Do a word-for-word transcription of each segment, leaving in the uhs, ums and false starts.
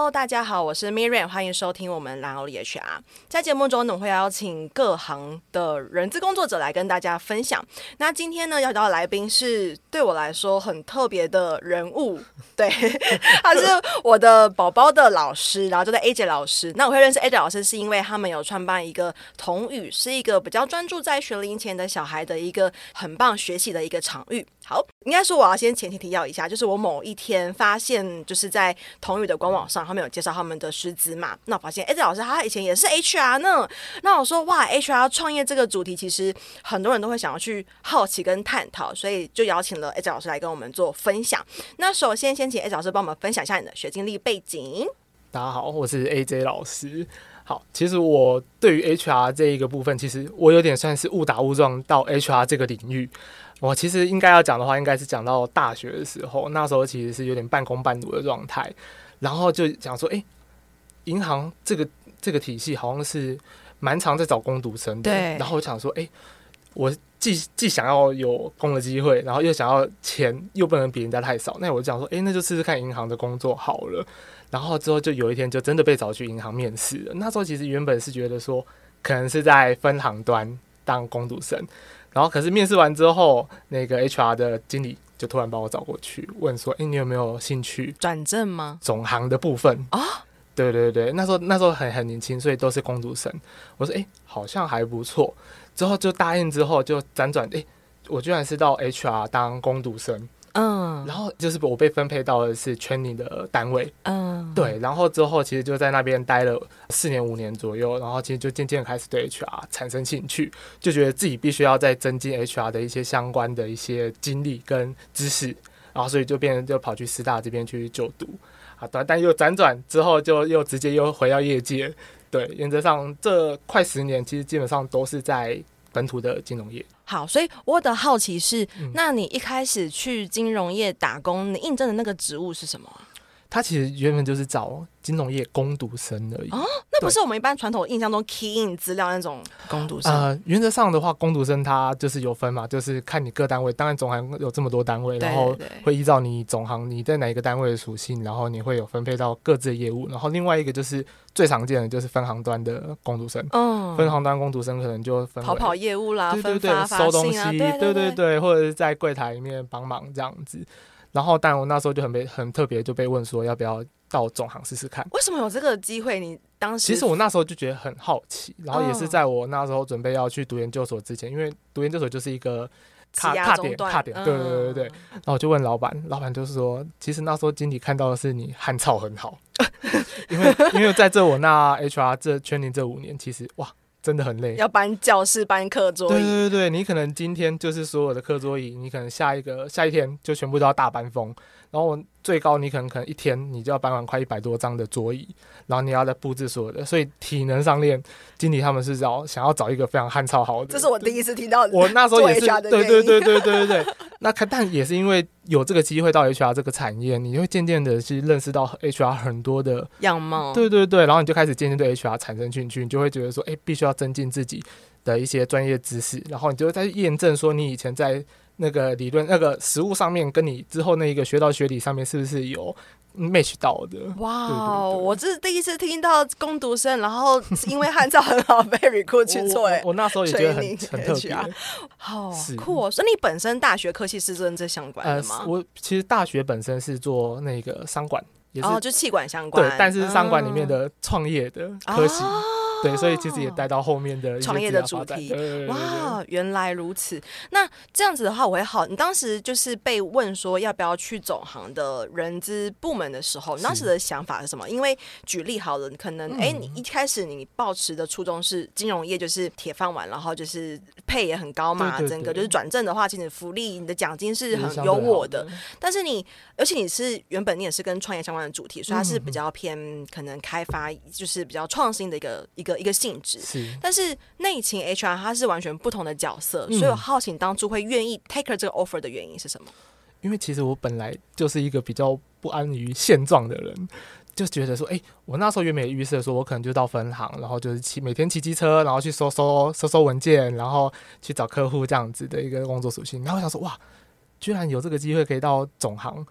Hello， 大家好，我是 Miriam， 欢迎收听我们蓝欧里 H R。在节目中呢，我会邀请各行的人资工作者来跟大家分享。那今天呢，邀请到的来宾是对我来说很特别的人物，对，他是我的宝宝的老师，然后就在 A J 老师。那我会认识 A J 老师，是因为他们有创办一个童语，是一个比较专注在学龄前的小孩的一个很棒学习的一个场域。好，应该说我要先前提提要一下，就是我某一天发现，就是在童语的官网上，他们有介绍他们的师资嘛，那我发现哎，这老师他以前也是 H R 呢。那我说哇 ，H R 创业这个主题，其实很多人都会想要去好奇跟探讨，所以就邀请了 A J 老师来跟我们做分享。那首先先请 A J 老师帮我们分享一下你的学经历背景。 大家好，我是 A J 老师。好，其实我对于 H R 这一个部分，其实我有点算是误打误撞到 H R 这个领域。我其实应该要讲的话，应该是讲到大学的时候，那时候其实是有点半工半读的状态，然后就讲说，哎、欸，银行这个这个体系好像是蛮常在找工读生的， 对。 然后我想说，哎、欸，我既既想要有工的机会，然后又想要钱，又不能比人家太少，那我就讲说，哎、欸，那就试试看银行的工作好了。然后之后就有一天就真的被找去银行面试了。那时候其实原本是觉得说，可能是在分行端当工读生。然后可是面试完之后，那个 H R 的经理就突然把我找过去，问说：“哎，你有没有兴趣转正吗？ 总行的部分啊？”对对对，那时候那时候很很年轻，所以都是工读生。我说：“哎，好像还不错。”之后就答应之后就辗转，哎，我居然是到 H R 当工读生。嗯，然后就是我被分配到的是 training 的单位，嗯，对，然后之后其实就在那边待了四年五年左右，然后其实就渐渐开始对 H R 产生兴趣，就觉得自己必须要再增进 H R 的一些相关的一些经历跟知识，然后所以就变成就跑去师大这边去就读，啊，但又辗转之后就又直接又回到业界，对，原则上这快十年其实基本上都是在本土的金融业。 好，所以我的好奇是、嗯、那你一开始去金融业打工，你应征的那个职务是什么啊？ 他其实原本就是找金融业工读生而已。哦， 那不是我们一般传统印象中 key in 资料那种工读生。 呃，原则上的话，工读生他就是有分嘛，就是看你各单位，当然总行有这么多单位，然后会依照你总行你在哪一个单位的属性，然后你会有分配到各自的业务。然后另外一个就是最常见的就是分行端的工读生。嗯，分行端工读生可能就分跑跑业务啦， 对对对， 分发发信啊， 收东西， 对对对, 对对，或者是在柜台里面帮忙这样子。然后，但我那时候就很被很特别，就被问说要不要到总行试试看。 为什么有这个机会？你当时其实我那时候就觉得很好奇，然后也是在我那时候准备要去读研究所之前，因为读研究所就是一个卡卡点卡点，对对对对。然后我就问老板，老板就是说，其实那时候经理看到的是你汉草很好，因为因为在这我那 H R 这圈龄这五年，其实哇。真的很累， 要搬教室搬课桌椅， 对对对，你可能今天就是所有的课桌椅，你可能下一个下一天就全部都要大搬风，然后最高你可能可能一天你就要搬完快一百多张的桌椅，然后你要再布置所有的，所以体能上面经理他们是找想要找一个非常汉超好的。 这是我第一次听到的， 我那时候也是，对对对对对对对。那但也是因为有这个机会到 H R 这个产业，你会渐渐的去认识到 H R 很多的样貌， 对对对，然后你就开始渐渐对 H R 产生兴趣，你就会觉得说，哎，必须要增进自己的一些专业知识，然后你就会再验证说你以前在那个理论那个实务上面，跟你之后那一个学到学理上面是不是有 match 到的。 哇、wow, 我这是第一次听到工读生，然后因为汉照很好被 recruit 去做、欸、 我, 我, 我那时候也觉得 很, 很特别， 好酷哦。所以你本身大学科系是跟这相关的吗、呃、 我其实大学本身是做那个商管，也是、 哦、就企管相关， 对，但是商管里面的创业的科系、哦，对，所以其实也带到后面的创业的主题。哇，原来如此。那这样子的话，我会好。你当时就是被问说要不要去总行的人资部门的时候，你当时的想法是什么？因为举例好了，可能哎、嗯，你一开始你抱持的初衷是金融业就是铁饭碗，然后就是配也很高嘛，对对对，整个就是转正的话，其实福利、你的奖金是很有我的。但是你，而且你是原本你也是跟创业相关的主题，所以它是比较偏可能开发，就是比较创新的一个一个。一个性质，但是内勤 H R 它是完全不同的角色、嗯、所以我好奇当初会愿意 take 这个 offer 的原因是什么？ 因为其实我本来就是一个比较不安于现状的人，就觉得说，哎、欸，我那时候原本也预设说，我可能就到分行，然后就是骑每天骑机车，然后去收收收收文件，然后去找客户这样子的一个工作属性。然后我想说，哇，居然有这个机会可以到总行。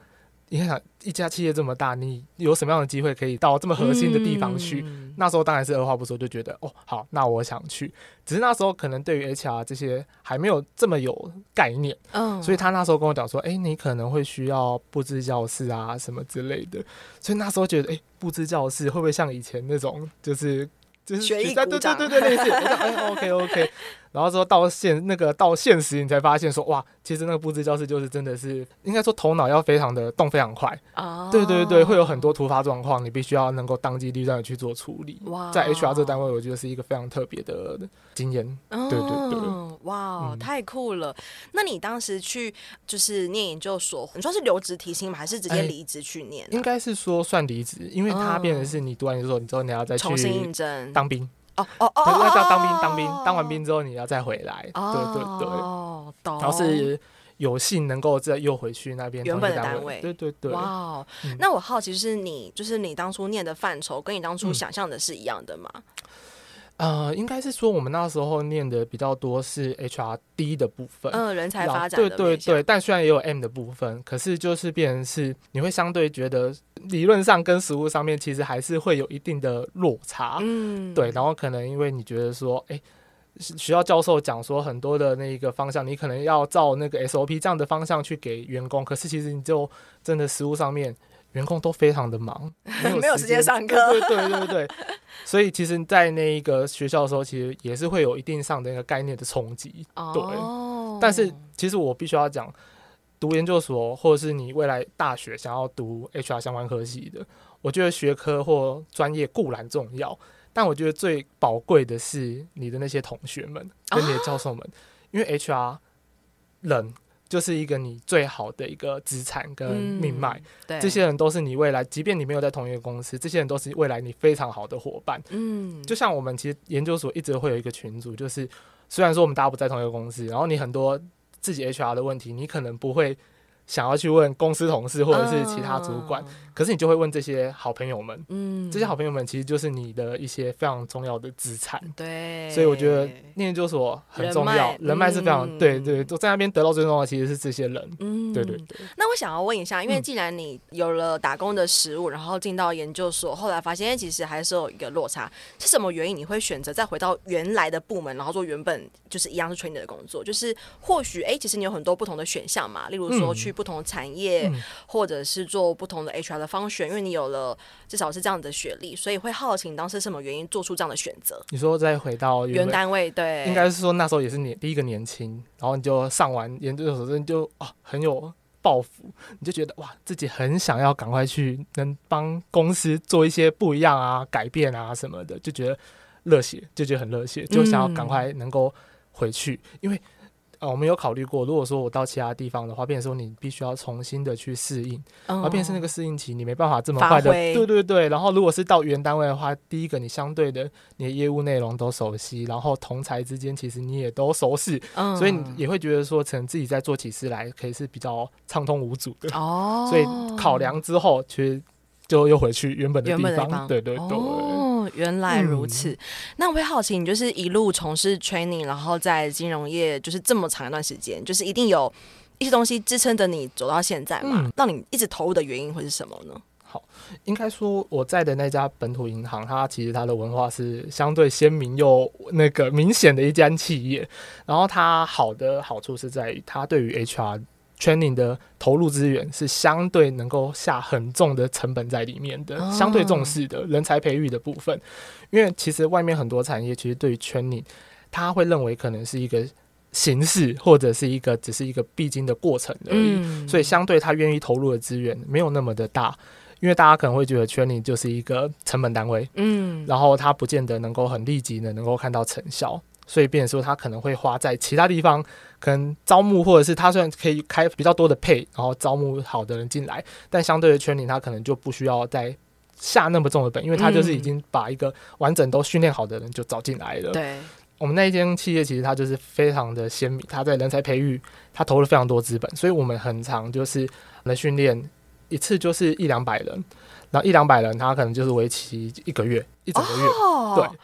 你看一家企业这么大，你有什么样的机会可以到这么核心的地方去、嗯、那时候当然是二话不说就觉得哦好，那我想去。只是那时候可能对于 H R 这些还没有这么有概念、嗯、所以他那时候跟我讲说哎、欸，你可能会需要布置教室啊什么之类的，所以那时候觉得哎、欸，布置教室会不会像以前那种就是就是学艺鼓掌， 对对对对，类似。我说哎 ，OK OK， 然后之后到现那个到现实，你才发现说哇，其实那个布置教室就是真的是，应该说头脑要非常的动非常快。哦，对对对，会有很多突发状况，你必须要能够当机立断的去做处理。哇，在 H R 这个单位，我觉得是一个非常特别的经验。哦、对对对， 哇、嗯，太酷了！那你当时去就是念研究所，你说是留职提薪吗？还是直接离职去念、啊欸？ 应该是说算离职，因为它变成是你读完研究所，你之后你要再去重新应征。 当兵哦哦哦， 对，要叫当兵，当兵，当完兵之后你要再回来，哦、对对对，哦，懂。然后是有幸能够再又回去那边原本的单位， 对对对。 哇、嗯，那我好奇是你，就是你当初念的范畴，跟你当初想象的是一样的吗？ 嗯、呃，应该是说我们那时候念的比较多是 H R D 的部分， 嗯，人才发展的， 对对对，但虽然也有 M 的部分，可是就是变成是你会相对觉得理论上跟实务上面其实还是会有一定的落差，嗯，对，然后可能因为你觉得说，哎、欸，学校教授讲说很多的那个方向，你可能要照那个 S O P 这样的方向去给员工，可是其实你就真的实务上面。员工都非常的忙， 没有, 没有时间上课。 对对对对对，所以其实，在那一个学校的时候，其实也是会有一定上的那个概念的冲击。哦、对，但是其实我必须要讲，读研究所或者是你未来大学想要读 H R 相关科系的，我觉得学科或专业固然重要，但我觉得最宝贵的是你的那些同学们跟你的教授们，哦、因为 H R 人。就是一个你最好的一个资产跟命脉、嗯，这些人都是你未来，即便你没有在同一个公司，这些人都是未来你非常好的伙伴。嗯，就像我们其实研究所一直会有一个群组，就是虽然说我们大家不在同一个公司，然后你很多自己 H R 的问题，你可能不会想要去问公司同事或者是其他主管、嗯，可是你就会问这些好朋友们。嗯，这些好朋友们其实就是你的一些非常重要的资产。 对， 所以我觉得念研究所很重要，人脉是非常、嗯、对对，在那边得到最重要的其实是这些人。嗯，对对对。 那我想要问一下，因为既然你有了打工的实务，然后进到研究所，后来发现其实还是有一个落差，是什么原因你会选择再回到原来的部门，然后做原本就是一样是 trainer 的工作？就是或许哎，其实你有很多不同的选项嘛，例如说去不同的产业、嗯，或者是做不同的 H R 的方选，因为你有了至少是这样的学历，所以会好奇你当时什么原因做出这样的选择？ 你说再回到原, 原单位，对， 应该是说那时候也是年第一个年轻，然后你就上完研究所，你就哦很有抱负，你就觉得哇自己很想要赶快去能帮公司做一些不一样啊、改变啊什么的，就觉得热血，就觉得很热血，就想要赶快能够回去，嗯、因为。呃，我们有考虑过，如果说我到其他地方的话，变成说你必须要重新的去适应，哦、然后变成那个适应期，你没办法这么快的，对对对。然后如果是到原单位的话，第一个你相对的你的业务内容都熟悉，然后同才之间其实你也都熟识，嗯、所以你也会觉得说，可能自己在做起事来可以是比较畅通无阻的。哦，所以考量之后，其实就又回去原本的地方，地方对对对。哦原来如此、嗯、那我会好奇你就是一路从事 training 然后在金融业就是这么长一段时间，就是一定有一些东西支撑着你走到现在嘛、嗯、让你一直投入的原因会是什么呢？ 好，应该说我在的那家本土银行，它其实它的文化是相对鲜明又那个明显的一家企业，然后它好的好处是在于它对于 H R training 的投入资源是相对能够下很重的成本在里面的、哦、相对重视的人才培育的部分，因为其实外面很多产业其实对于 training 他会认为可能是一个形式或者是一个只是一个必经的过程而已、嗯、所以相对他愿意投入的资源没有那么的大，因为大家可能会觉得 training 就是一个成本单位，嗯，然后他不见得能够很立即的能够看到成效，所以变成说他可能会花在其他地方，可能招募或者是他虽然可以开比较多的配，然后招募好的人进来，但相对的 training 他可能就不需要再下那么重的本，因为他就是已经把一个完整都训练好的人就找进来了。对，我们那一间企业其实它就是非常的鲜明，它在人才培育它投了非常多资本，所以我们很常就是来训练一次就是一两百人，然后一两百人他可能就是为期一个月一整个月、哦、对。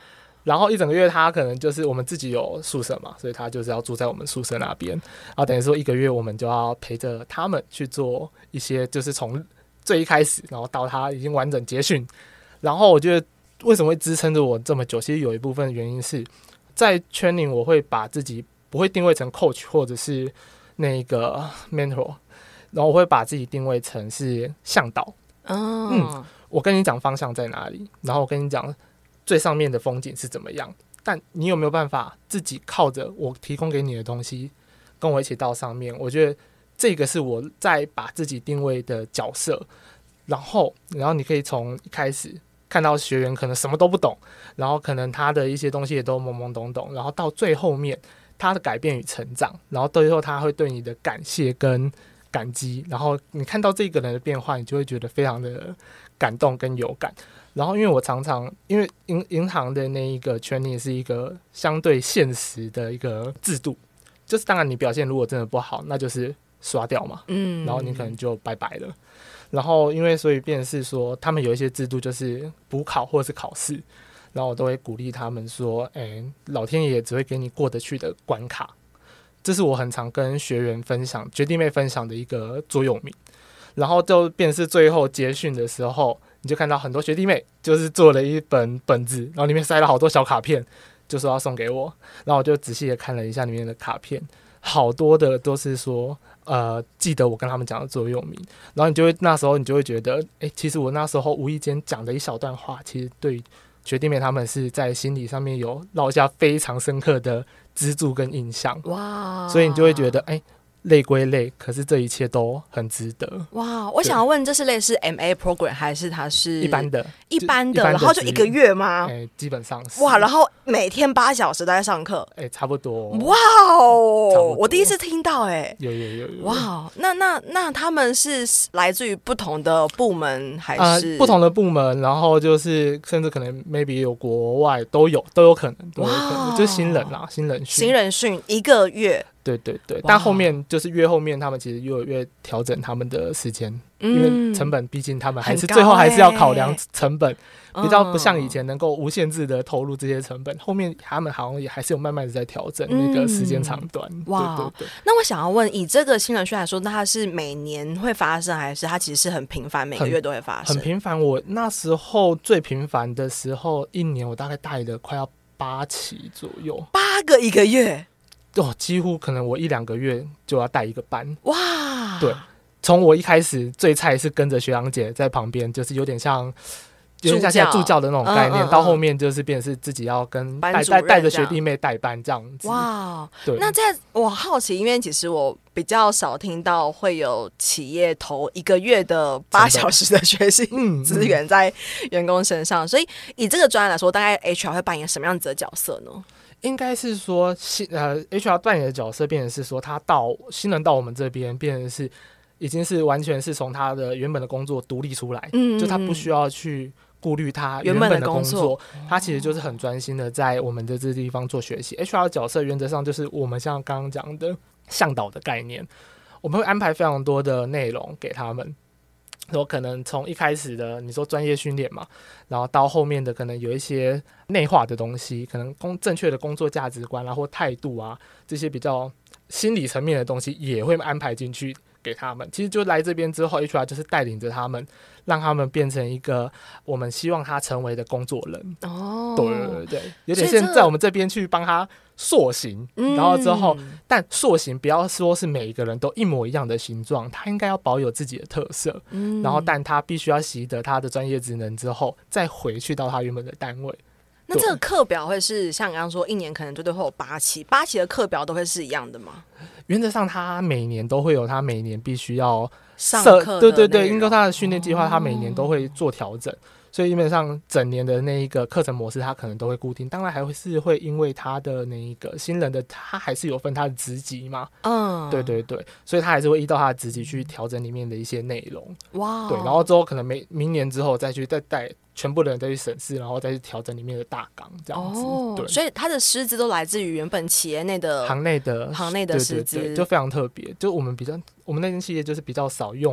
然后一整个月他可能就是我们自己有宿舍嘛，所以他就是要住在我们宿舍那边，然后等于说一个月我们就要陪着他们去做一些，就是从最一开始，然后到他已经完整结训。然后我觉得为什么会支撑着我这么久，其实有一部分原因是在 training 我会把自己不会定位成 coach 或者是那个 mentor， 然后我会把自己定位成是向导。 哦、 嗯，我跟你讲方向在哪里，然后我跟你讲最上面的风景是怎么样，但你有没有办法自己靠着我提供给你的东西跟我一起到上面？我觉得这个是我在把自己定位的角色，然后然后你可以从一开始看到学员可能什么都不懂，然后可能他的一些东西也都懵懵懂懂，然后到最后面他的改变与成长，然后最后他会对你的感谢跟感激，然后你看到这个人的变化，你就会觉得非常的感动跟有感。然后因为我常常因为银银行的那一个training是一个相对现实的一个制度，就是当然你表现如果真的不好，那就是刷掉嘛，嗯，然后你可能就拜拜了。然后因为所以变成是说他们有一些制度就是补考或者是考试，然后我都会鼓励他们说，哎，老天爷只会给你过得去的关卡。这是我很常跟学员分享学弟妹分享的一个座右铭。然后就变成是最后结训的时候，你就看到很多学弟妹就是做了一本本子，然后里面塞了好多小卡片，就说要送给我。然后我就仔细的看了一下里面的卡片，好多的都是说呃记得我跟他们讲的座右铭。然后你就会那时候你就会觉得，哎，其实我那时候无意间讲的一小段话，其实对学弟妹他们是在心理上面有烙下非常深刻的支柱跟印象。哇！所以你就会觉得，哎，累归累，可是这一切都很值得。 哇！我想要问，这是类似 M A program 还是它是一般的？ 一般的，然后就一个月吗？ 哎，基本上是。 哇！然后每天八小时都在上课？ 哎，差不多。 哇哦！我第一次听到、欸，哎， 有有有有。 哇！那那那他们是来自于不同的部门还是、 呃、不同的部门？然后就是甚至可能 maybe 有国外都有都有可能，都有可能，就是新人啦，新人训， 新人训一个月。 对对对，但后面就是越后面他们其实越有越调整他们的时间、嗯，因为成本毕竟他们还是、欸、最后还是要考量成本，比较不像以前能够无限制的投入这些成本。后面他们好像也还是有慢慢的在调整那个时间长短。嗯、哇，对对对。 那我想要问，以这个新人训来说，那它是每年会发生，还是它其实是很频繁，每个月都会发生？ 很频繁。我那时候最频繁的时候，一年我大概带了快要八期左右， 八个一个月。 哦，几乎可能我一两个月就要带一个班。 哇！ 对，从我一开始最菜是跟着学长姐在旁边，就是有点像有点像现在助教的那种概念，嗯嗯嗯，到后面就是变成是自己要跟带带带着学弟妹带班这样子。哇！对。 那在我好奇，因为其实我比较少听到会有企业投一个月的八小时的学习资源在员工身上，嗯嗯，所以以这个专案来说，大概 H R 会扮演什么样子的角色呢？ 应该是说新呃 H R 扮演的角色变成是说他到新人到我们这边变成是已经是完全是从他的原本的工作独立出来，嗯嗯嗯，就他不需要去顾虑他原本的工作，他其实就是很专心的在我们的这个地方做学习。 H R 的角色原则上就是我们像刚刚讲的向导的概念，我们会安排非常多的内容给他们，然后可能从一开始的你说专业训练嘛，然后到后面的可能有一些内化的东西，可能工正确的工作价值观啊或态度啊，这些比较心理层面的东西也会安排进去给他们。其实就来这边之后 H R 就是带领着他们，让他们变成一个我们希望他成为的工作人。哦，对对对对，有点像在我们这边去帮他塑形，然后之后、嗯、但塑形不要说是每一个人都一模一样的形状，他应该要保有自己的特色、嗯、然后但他必须要习得他的专业职能之后再回去到他原本的单位。 那这个课表会是像刚刚说一年可能绝对会有八期八期的课表都会是一样的吗？ 原则上他每年都会有他每年必须要上课的， 对对对，应该他的训练计划他每年都会做调整、哦，所以基本上整年的那一个课程模式他可能都会固定，当然还会是会因为他的那一个新人的他还是有分他的职级嘛，嗯，对对对，所以他还是会依照他的职级去调整里面的一些内容。哇，对，然后之后可能每明年之后再去再带全部的人再去审视，然后再去调整里面的大纲这样子。哦，对， 所以他的师资都来自于原本企业内的行内的行内的师资， 就非常特别。就我们比较我们那间企业就是比较少用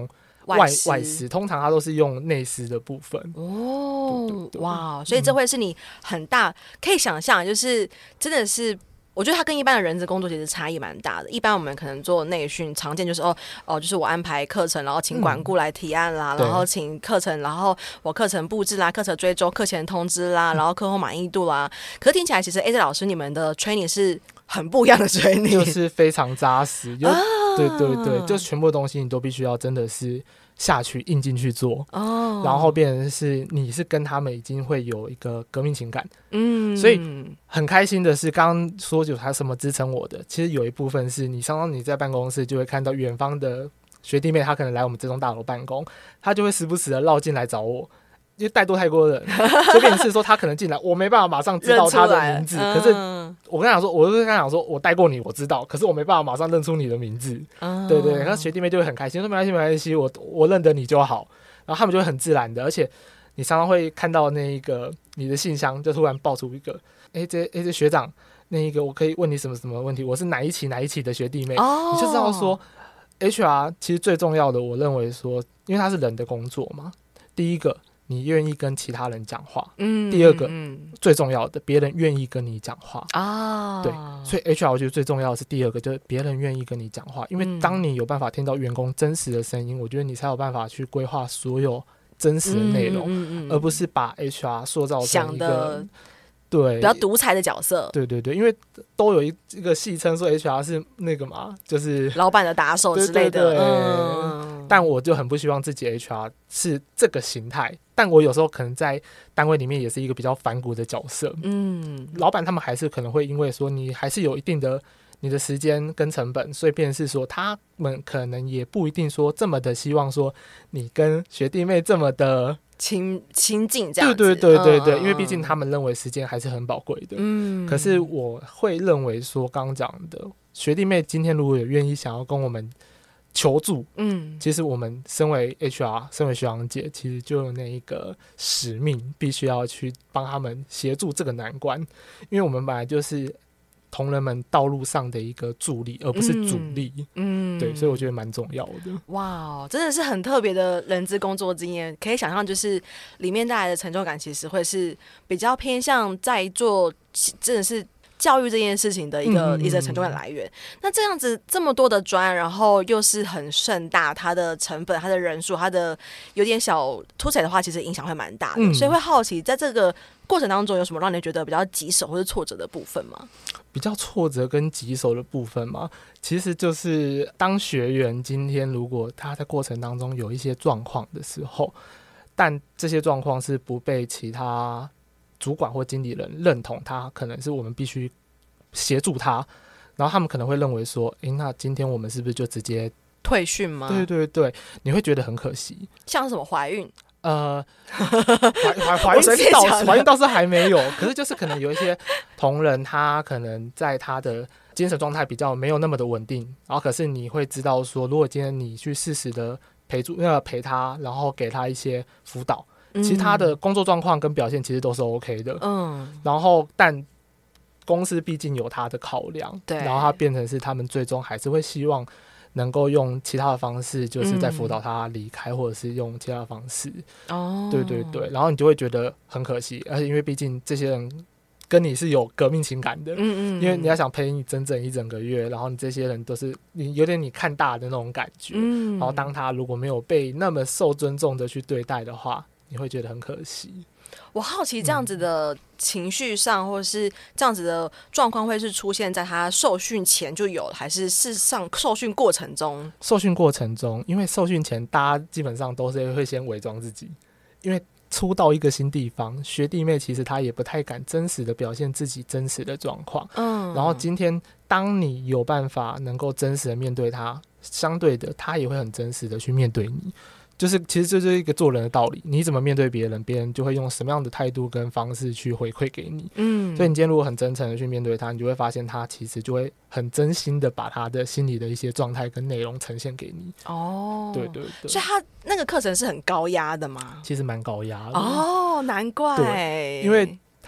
外外师，通常他都是用内师的部分。 哦， 对对对， 哇，所以这会是你很大、嗯、可以想象，就是真的是。我觉得它跟一般的人资工作其实差异蛮大的。一般我们可能做内训，常见就是哦哦，就是我安排课程，然后请管顾来提案啦，嗯、然后请课程，然后我课程布置啦、课程追踪、课前通知啦，然后课后满意度啦。可是听起来，其实 A J 老师你们的 training 是很不一样的 training， 就是非常扎实。就、啊、对对对，就全部的东西你都必须要真的是下去硬进去做，哦，然后变成是你是跟他们已经会有一个革命情感，嗯，所以很开心的是，刚刚说有他什么支撑我的，其实有一部分是你常常你在办公室就会看到远方的学弟妹，他可能来我们这栋大楼办公，他就会时不时的绕进来找我。因为带多太多人，所以变成是说他可能进来，我没办法马上知道他的名字。可是我跟他讲说，我就跟他讲说，我带过你，我知道，可是我没办法马上认出你的名字。嗯、对对，然后学弟妹就会很开心，说没关系没关系，我我认得你就好。然后他们就会很自然的，而且你常常会看到那一个你的信箱就突然爆出一个，哎这哎这学长，那一个我可以问你什么什么问题？我是哪一期哪一期的学弟妹，哦、你就知道说 H R 其实最重要的，我认为说，因为它是人的工作嘛，第一个。你愿意跟其他人讲话，嗯，第二个、嗯、最重要的，别人愿意跟你讲话啊，对，所以 H R 我觉得最重要的是第二个，就是别人愿意跟你讲话，因为当你有办法听到员工真实的声音，我觉得你才有办法去规划所有真实的内容，嗯嗯嗯、而不是把 H R 塑造成一个对比较独裁的角色， 对对对，因为都有一一个戏称说 H R 是那个嘛，就是老板的打手之类的， 对对对嗯、 但我就很不希望自己 H R 是这个形态。但我有时候可能在单位里面也是一个比较反骨的角色，嗯，老板他们还是可能会因为说你还是有一定的你的时间跟成本，所以变成是说他们可能也不一定说这么的希望说你跟学弟妹这么的亲亲近这样子， 对对对对对，嗯、因为毕竟他们认为时间还是很宝贵的，嗯，可是我会认为说刚刚讲的学弟妹今天如果有愿意想要跟我们求助，嗯，其实我们身为 H R， 身为学长姐，其实就有那一个使命，必须要去帮他们协助这个难关，因为我们本来就是同仁们道路上的一个助力，而不是阻力，嗯，对，所以我觉得蛮重要的。 哇，真的是很特别的人资工作经验，可以想象，就是里面带来的成就感，其实会是比较偏向在做，真的是。教育这件事情的一个、嗯、一个成就感来源，那这样子这么多的专，然后又是很盛大，它的成本、它的人数、它的有点小凸起的话，其实影响会蛮大的、嗯，所以会好奇，在这个过程当中有什么让你觉得比较棘手或是挫折的部分吗？ 比较挫折跟棘手的部分嘛，其实就是当学员今天如果他在过程当中有一些状况的时候，但这些状况是不被其他主管或经理人认同，他可能是我们必须协助他，然后他们可能会认为说，诶，那今天我们是不是就直接退训吗？ 对对对，你会觉得很可惜。 像什么怀孕？ 呃，怀怀怀孕是倒怀孕倒是还没有，可是就是可能有一些同仁，他可能在他的精神状态比较没有那么的稳定，然后可是你会知道说，如果今天你去适时的陪助呃陪他，然后给他一些辅导。其实他的工作状况跟表现其实都是 OK 的，嗯，然后但公司毕竟有他的考量，对，然后他变成是他们最终还是会希望能够用其他的方式，就是在辅导他离开，嗯、或者是用其他的方式，哦，对对对，然后你就会觉得很可惜，而且因为毕竟这些人跟你是有革命情感的，嗯 嗯, 嗯，因为你要想陪你整整一整个月，然后你这些人都是你有点你看大的那种感觉，嗯，然后当他如果没有被那么受尊重的去对待的话。你会觉得很可惜。 我好奇这样子的情绪上，嗯、或者是这样子的状况，会是出现在他受训前就有了，还是事实上受训过程中？ 受训过程中，因为受训前大家基本上都是会先伪装自己，因为初到一个新地方，学弟妹其实他也不太敢真实的表现自己真实的状况。嗯，然后今天当你有办法能够真实的面对他，相对的他也会很真实的去面对你。就是其实这就是一个做人的道理，你怎么面对别人，别人就会用什么样的态度跟方式去回馈给你。嗯，所以你今天如果很真诚的去面对他，你就会发现他其实就会很真心的把他的心里的一些状态跟内容呈现给你。哦，对对对， 所以他那个课程是很高压的吗？ 其实蛮高压的。 哦，难怪。 对，因为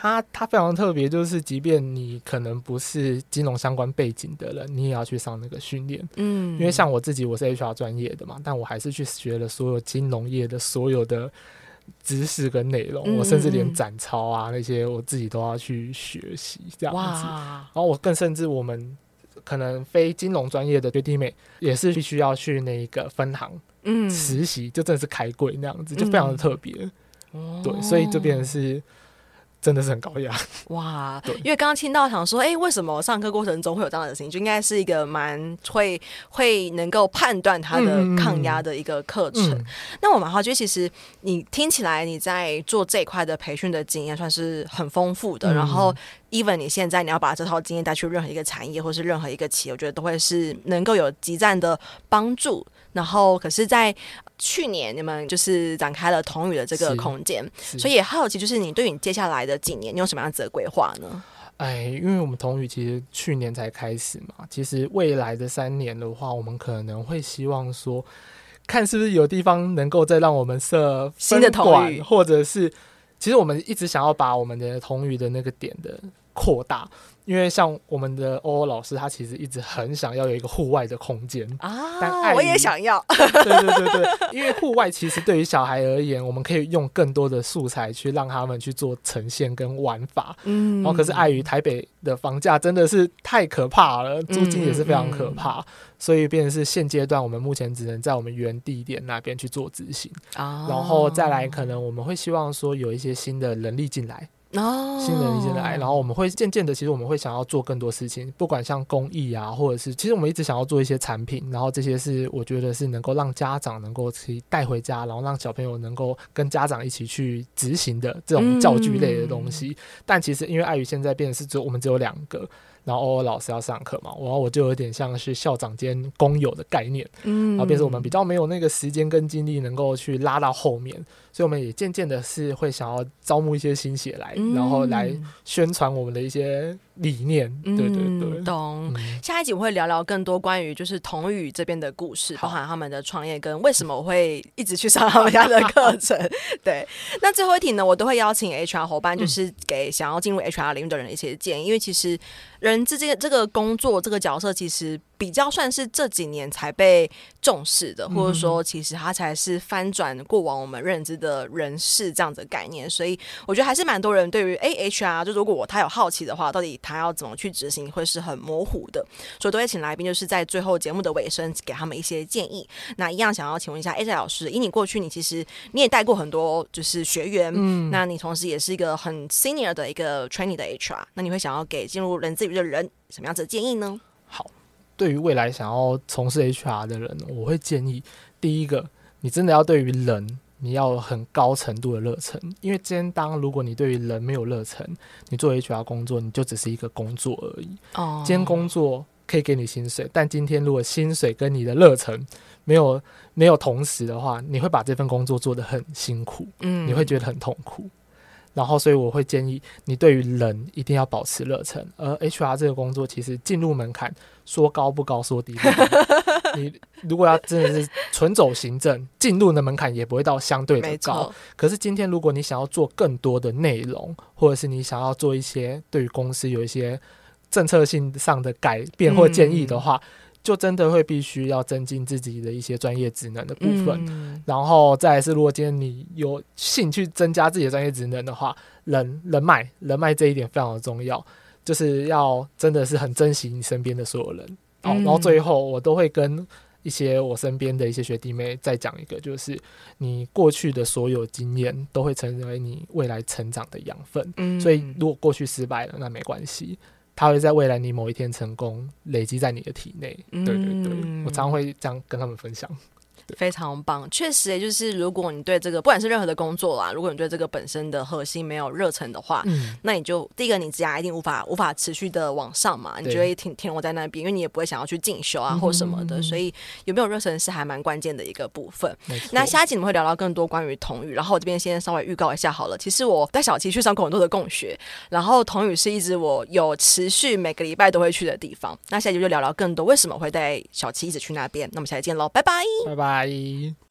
它它非常特别，就是即便你可能不是金融相关背景的人，你也要去上那个训练。嗯，因为像我自己，我是 H R 专业的嘛，但我还是去学了所有金融业的所有的知识跟内容，嗯、我甚至连展操啊那些我自己都要去学习这样子。然后我更甚至我们可能非金融专业的学弟妹也是必须要去那个分行嗯实习，就真的是开柜那样子，就非常的特别。嗯、对，所以就变成是。真的是很高压哇！因为刚刚听到想说，哎、欸，为什么上课过程中会有这样的事情？就应该是一个蛮会会能够判断它的抗压的一个课程。嗯嗯、那我蛮好奇，其实你听起来你在做这一块的培训的经验算是很丰富的，嗯、然后 even 你现在你要把这套经验带去任何一个产业或是任何一个企业，我觉得都会是能够有极赞的帮助。然后可是在去年你们就是展开了童语的这个空间，所以也好奇就是你对于你接下来的几年你有什么样子的规划呢？ 哎，因为我们童语其实去年才开始嘛，其实未来的三年的话，我们可能会希望说看是不是有地方能够再让我们设新的童语， 或者是其实我们一直想要把我们的童语的那个点的扩大，因为像我们的欧欧老师他其实一直很想要有一个户外的空间啊，但我也想要对对对对，因为户外其实对于小孩而言，我们可以用更多的素材去让他们去做呈现跟玩法，嗯，然后可是碍于台北的房价真的是太可怕了，租金也是非常可怕，嗯嗯、所以变成是现阶段我们目前只能在我们原地点那边去做执行，啊，然后再来可能我们会希望说有一些新的人力进来。哦，新人进来，然后我们会渐渐的，其实我们会想要做更多事情，不管像公益啊，或者是其实我们一直想要做一些产品，然后这些是我觉得是能够让家长能够带回家，然后让小朋友能够跟家长一起去执行的这种教具类的东西。嗯、但其实因为碍于现在变成是只有我们只有两个。然后欧欧老师要上课嘛，然后我就有点像是校长兼工友的概念，嗯，然后变成我们比较没有那个时间跟精力能够去拉到后面，所以我们也渐渐的是会想要招募一些新血来，嗯、然后来宣传我们的一些理念，嗯、对对对， 懂。嗯、下一集我会聊聊更多关于就是童语这边的故事，包含他们的创业跟为什么我会一直去上他们家的课程。对，那最后一题呢，我都会邀请 H R 伙伴，就是给想要进入 H R 领域的人一些建议，因为其实人之间这个工作这个角色其实比较算是这几年才被重视的，或者说其实它才是翻转过往我们认知的人事这样子的概念，所以我觉得还是蛮多人对于哎 H R 就如果我他有好奇的话，到底他要怎么去执行会是很模糊的，所以都会请来宾就是在最后节目的尾声给他们一些建议。那一样想要请问一下 A J 老师，以你过去你其实你也带过很多就是学员，嗯，那你同时也是一个很 senior 的一个 trainee 的 H R， 那你会想要给进入人资领域的人什么样子的建议呢？ 好，对于未来想要从事 H R 的人，我会建议第一个，你真的要对于人你要有很高程度的热忱，因为今天当如果你对于人没有热忱，你做 H R 工作你就只是一个工作而已。哦，今天工作可以给你薪水，但今天如果薪水跟你的热忱没有没有同时的话，你会把这份工作做得很辛苦，嗯，你会觉得很痛苦。然后所以我会建议你对于人一定要保持热忱，而 H R 这个工作其实进入门槛说高不高说低不低你如果要真的是纯走行政，进入的门槛也不会到相对的高，可是今天如果你想要做更多的内容，或者是你想要做一些对于公司有一些政策性上的改变或建议的话，嗯，就真的会必须要增进自己的一些专业职能的部分，嗯，然后再来是如果今天你有兴趣增加自己的专业职能的话，人人脉人脉这一点非常的重要，就是要真的是很珍惜你身边的所有人，嗯，然后最后我都会跟一些我身边的一些学弟妹再讲一个，就是你过去的所有经验都会成为你未来成长的养分，嗯，所以如果过去失败了那没关系，它会在未来你某一天成功累积在你的体内，嗯，对对对，我常会这样跟他们分享。 非常棒，确实也就是如果你对这个不管是任何的工作啦，如果你对这个本身的核心没有热忱的话，嗯，那你就第一个你职涯一定无法无法持续的往上嘛，你就会停停留在那边，因为你也不会想要去进修啊或什么的，嗯，所以有没有热忱是还蛮关键的一个部分。那下一集我们会聊到更多关于童语，然后我这边先稍微预告一下好了，其实我在小七去上过很多的共学，然后童语是一直我有持续每个礼拜都会去的地方，那下一集就聊聊更多为什么会带小七一直去那边，那我们下期见咯，拜拜拜拜。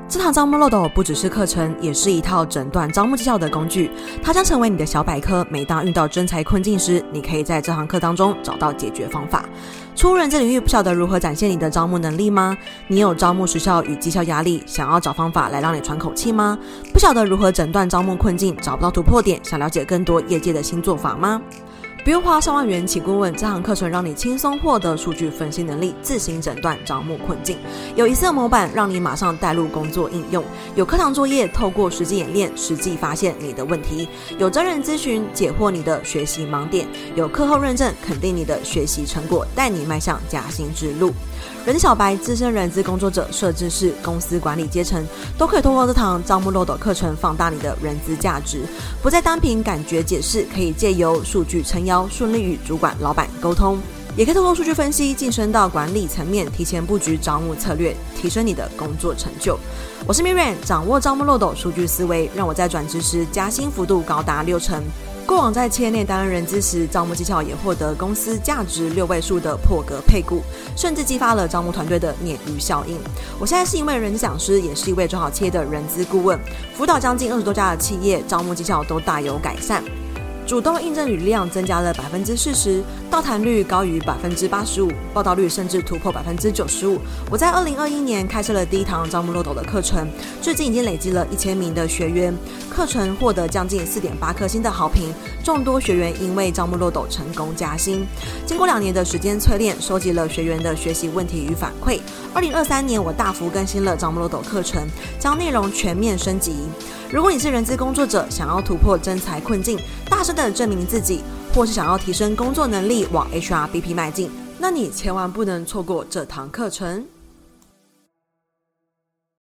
这堂招募漏斗不只是课程，也是一套诊断招募绩效的工具，它将成为你的小百科。每当遇到征才困境时，你可以在这堂课当中找到解决方法。初入人资领域，不晓得如何展现你的招募能力吗？你有招募时效与绩效压力，想要找方法来让你喘口气吗？不晓得如何诊断招募困境，找不到突破点，想了解更多业界的新做法吗？不用花上万元请顾问，这堂课程让你轻松获得数据分析能力，自行诊断招募困境。有Excel模板让你马上带入工作应用，有课堂作业透过实际演练实际发现你的问题，有真人咨询解惑你的学习盲点，有课后认证肯定你的学习成果，带你迈向加薪之路。人小白、资深人资工作者、设置室、公司管理阶层都可以透过这堂招募漏斗课程放大你的人资价值，不再单凭感觉解释，可以借由数据撑腰，顺利与主管、老板沟通，也可以透过数据分析晋升到管理层面，提前布局招募策略，提升你的工作成就。我是 Miriam， 掌握招募漏斗数据思维，让我在转职时加薪幅度高达六成。过往在企业内担任人资时，招募绩效也获得公司价值六位数的破格配股，甚至激发了招募团队的鲶鱼效应。我现在是一位人资讲师，也是一位中小企业的人资顾问，辅导将近二十多家的企业，招募绩效都大有改善。主动应征履历量增加了百分之四十，到谈率高于百分之八十五，报到率甚至突破百分之九十五。我在二零二一年开设了第一堂招募漏斗的课程，至今已经累积了一千名的学员，课程获得将近四点八颗星的好评，众多学员因为招募漏斗成功加薪。经过两年的时间淬炼，收集了学员的学习问题与反馈。二零二三年我大幅更新了招募漏斗课程，将内容全面升级。如果你是人资工作者，想要突破征才困境，大声的证明自己，或是想要提升工作能力，往 H R B P 迈进，那你千万不能错过这堂课程。